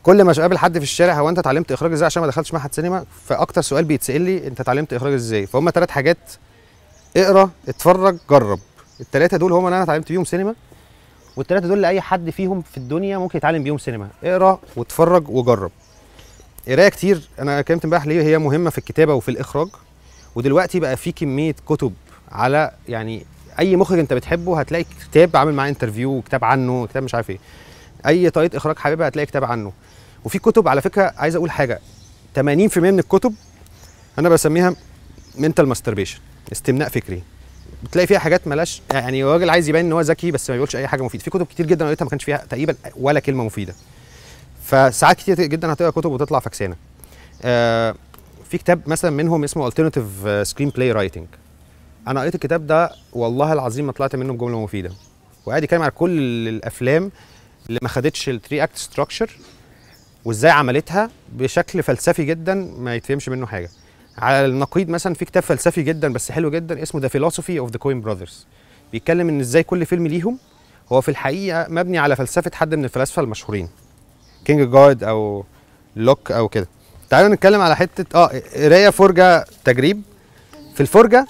كل ما اقابل حد في الشارع، هو انت اتعلمت اخراج ازاي؟ عشان ما دخلتش معهد سينما، فاكتر سؤال بيتسال لي انت اتعلمت اخراج ازاي؟ فهم 3 حاجات: اقرا، اتفرج، جرب. ال3 دول هم اللي انا اتعلمت بيهم سينما، وال3 دول اللي اي حد فيهم في الدنيا ممكن يتعلم بيهم سينما: اقرا واتفرج وجرب. قرايه كتير، انا اتكلمت امبارح ليه هي مهمه في الكتابه وفي الاخراج، ودلوقتي بقى في كميه كتب على يعني اي مخرج انت بتحبه هتلاقي كتاب عامل معاه انترفيو، كتاب عنه، كتاب مش عارف ايه. اي طريقه اخراج حبيبها هتلاقي كتاب عنه. وفي كتب على فكره، عايز اقول حاجه، 80% من الكتب انا بسميها منتال ماستربيشن، استمناء فكري. بتلاقي فيها حاجات ملاش، يعني الراجل عايز يبين ان هو ذكي بس ما بيقولش اي حاجه مفيده. في كتب كتير جدا قريتها ما كانش فيها تقريبا ولا كلمه مفيده. فساعات كتير جدا هتقرا كتب وتطلع فكسانه. في كتاب مثلا منهم اسمه Alternative Screen Play Writing. انا قريت الكتاب ده والله العظيم ما طلعت منه بجمله مفيده، وقاعد يتكلم على كل الافلام اللي ما خدتش الثري اكت ستراكشر وازاي عملتها بشكل فلسفي جدا ما يتفهمش منه حاجه. على النقيض مثلا في كتاب فلسفي جدا بس حلو جدا اسمه The Philosophy of the Coen Brothers، بيتكلم ان ازاي كل فيلم ليهم هو في الحقيقه مبني على فلسفه حد من الفلاسفه المشهورين، كينجارد او لوك او كده. تعالوا نتكلم على حته قرايه، فرجه، تجريب. في الفرجه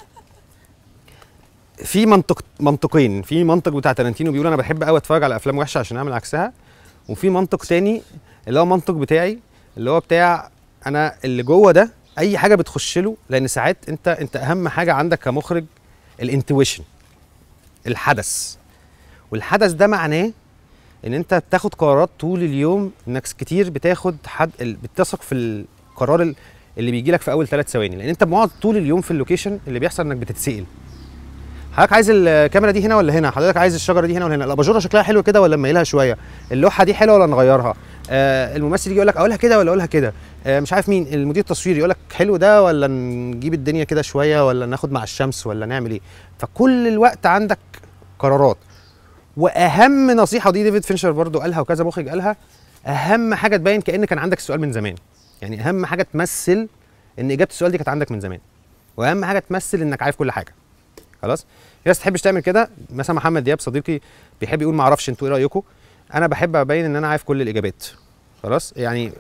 في منطقين. في منطق بتاع تارانتينو بيقول انا بحب قوي اتفرج على افلام وحشه عشان اعمل عكسها، وفي منطق تاني اللي هو منطق بتاعي، اللي هو بتاع انا اللي جوه ده اي حاجه بتخش له، لان ساعات انت اهم حاجه عندك كمخرج الانتويشن، الحدث. والحدث ده معناه ان انت بتاخد قرارات طول اليوم، انك كتير بتثق في القرار اللي بيجي لك في اول 3 ثواني، لان انت بتقعد طول اليوم في اللوكيشن. اللي بيحصل انك بتتسال حضرتك عايز الكاميرا دي هنا ولا هنا، حضرتك عايز الشجره دي هنا ولا هنا، الاباجوره شكلها حلو كده ولا مايلها شويه، اللوحه دي حلوه ولا نغيرها، الممثل يجي يقول لك اقولها كده ولا اقولها كده، مش عارف مين المدير التصويري يقول لك حلو ده ولا نجيب الدنيا كده شويه ولا ناخد مع الشمس ولا نعمل ايه. فكل الوقت عندك قرارات. واهم نصيحه، ودي ديفيد فينشر برضو قالها وكذا مخرج قالها، اهم حاجه تبين كأن كان عندك السؤال من زمان. يعني اهم حاجه تمثل ان اجابه السؤال دي كانت عندك من زمان، واهم حاجه تمثل انك عارف كل حاجه. خلاص؟ في ناس تحبش تعمل كده، مثلا محمد دياب صديقي بيحب يقول ما اعرفش انتوا ايه رايكم. انا بحب ابين ان انا عارف كل الاجابات. خلاص؟ يعني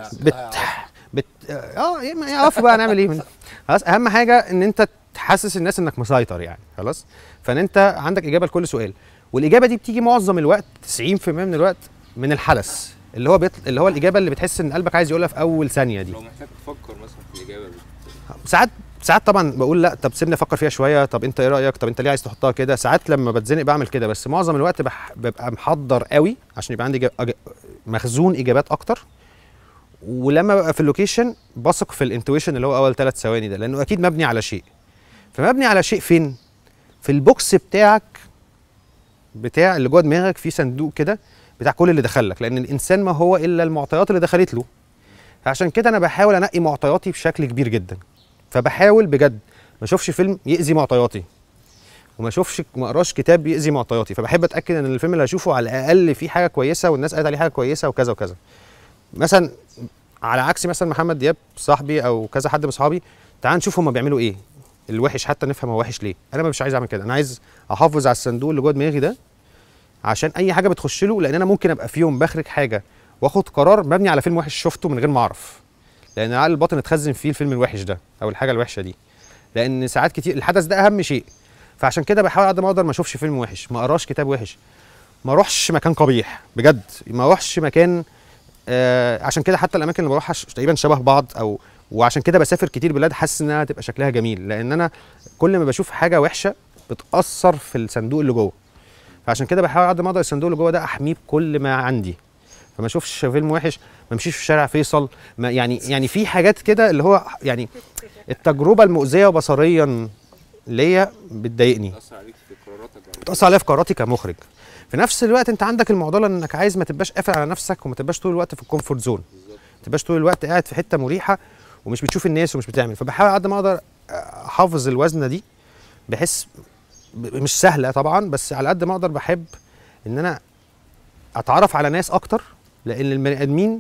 يعرفوا بقى نعمل ايه. خلاص؟ اهم حاجه ان انت تحسس الناس انك مسيطر يعني. خلاص؟ فان انت عندك اجابه لكل سؤال، والاجابه دي بتيجي معظم الوقت 90% من الوقت من الحدث، اللي هو الاجابه اللي بتحس ان قلبك عايز يقولها في اول ثانيه دي. لو محتاج تفكر مثلا في الاجابه دي ساعات طبعا بقول لا، طب سيبني افكر فيها شويه، طب انت ايه رايك، طب انت ليه عايز تحطها كده. ساعات لما بتزنق بعمل كده، بس معظم الوقت ببقى محضر قوي عشان يبقى عندي مخزون اجابات اكتر. ولما ببقى في اللوكيشن بثق في الانتويشن اللي هو اول 3 ثواني ده، لانه اكيد مبني على شيء. فمبني على شيء فين؟ في البوكس بتاعك، بتاع اللي جوه دماغك، في صندوق كده بتاع كل اللي دخلك، لان الانسان ما هو الا المعطيات اللي دخلت له. فعشان كده انا بحاول انقي معطياتي بشكل كبير جدا. فبحاول بجد ما اشوفش فيلم يأذي معطياتي، وما اقراش كتاب يأذي معطياتي. فبحب اتاكد ان الفيلم اللي هشوفه على الاقل فيه حاجه كويسه والناس قالت عليه حاجه كويسه وكذا وكذا. مثلا على عكس مثلا محمد دياب صاحبي او كذا حد من اصحابي، تعال نشوف هم بيعملوا ايه الوحش حتى نفهم هو وحش ليه. انا مش عايز اعمل كده، انا عايز احافظ على الصندوق اللي جوه دماغي ده عشان اي حاجه بتخش له، لان انا ممكن ابقى في يوم بخرج حاجه واخد قرار مبني على فيلم وحش شفته من غير ما اعرف، لان العقل الباطن اتخزن فيه الفيلم الوحش ده او الحاجه الوحشه دي، لان ساعات كتير الحدث ده اهم شيء. فعشان كده بحاول قد ما اقدر ما اشوفش فيلم وحش، ما اقراش كتاب وحش، ما اروحش مكان قبيح بجد، ما اروحش مكان عشان كده حتى الاماكن اللي بروحها تقريبا شبه بعض، وعشان كده بسافر كتير بلاد حاسس انها تبقى شكلها جميل، لان انا كل ما بشوف حاجه وحشه بتاثر في الصندوق اللي جوه. فعشان كده بحاول قد ما اقدر الصندوق اللي جوه ده احميه بكل ما عندي، فما اشوفش فيلم وحش، ما امشيش في شارع فيصل، ما يعني في حاجات كده اللي هو يعني التجربه المؤذيه بصريا ليا بتضايقني، بتاثر عليا في قراراتي كمخرج. في نفس الوقت انت عندك المعضله انك عايز ما تبقاش قافل على نفسك، وما تبقاش طول الوقت في الكومفورت زون، ما تبقاش طول الوقت قاعد في حته مريحه ومش بتشوف الناس ومش بتعمل. فبحاول قد ما اقدر احافظ الوزنه دي، بحس مش سهله طبعا، بس على قد ما اقدر بحب ان انا اتعرف على ناس اكتر، لان البني ادمين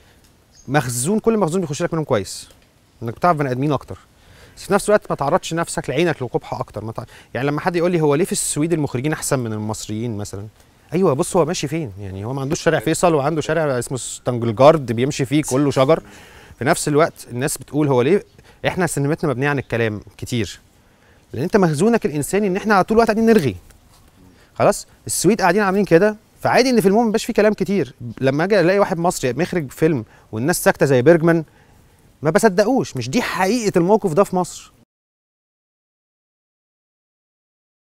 كل مخزون بيخش لك منهم كويس، انك بتعرف بني ادمين اكتر، بس في نفس الوقت ما تعرضش نفسك لعينك لقبحه اكتر. يعني لما حد يقول لي هو ليه في السويد المخرجين احسن من المصريين مثلا، ايوه بص هو ماشي فين؟ يعني هو ما عندوش شارع فيصل وعنده شارع اسمه ستانجلجارد بيمشي فيه كله شجر. في نفس الوقت الناس بتقول هو ليه احنا سينماتنا مبنيه عن الكلام كتير؟ لان انت مخزونك الانساني ان احنا على طول الوقت قاعدين نرغي. خلاص السويد قاعدين عاملين كده، فعادي ان فيلمهم ما يبقاش فيه كلام كتير. لما اجي الاقي واحد مصري بيخرج فيلم والناس ساكته زي بيرجمان ما بصدقوش، مش دي حقيقه الموقف ده في مصر.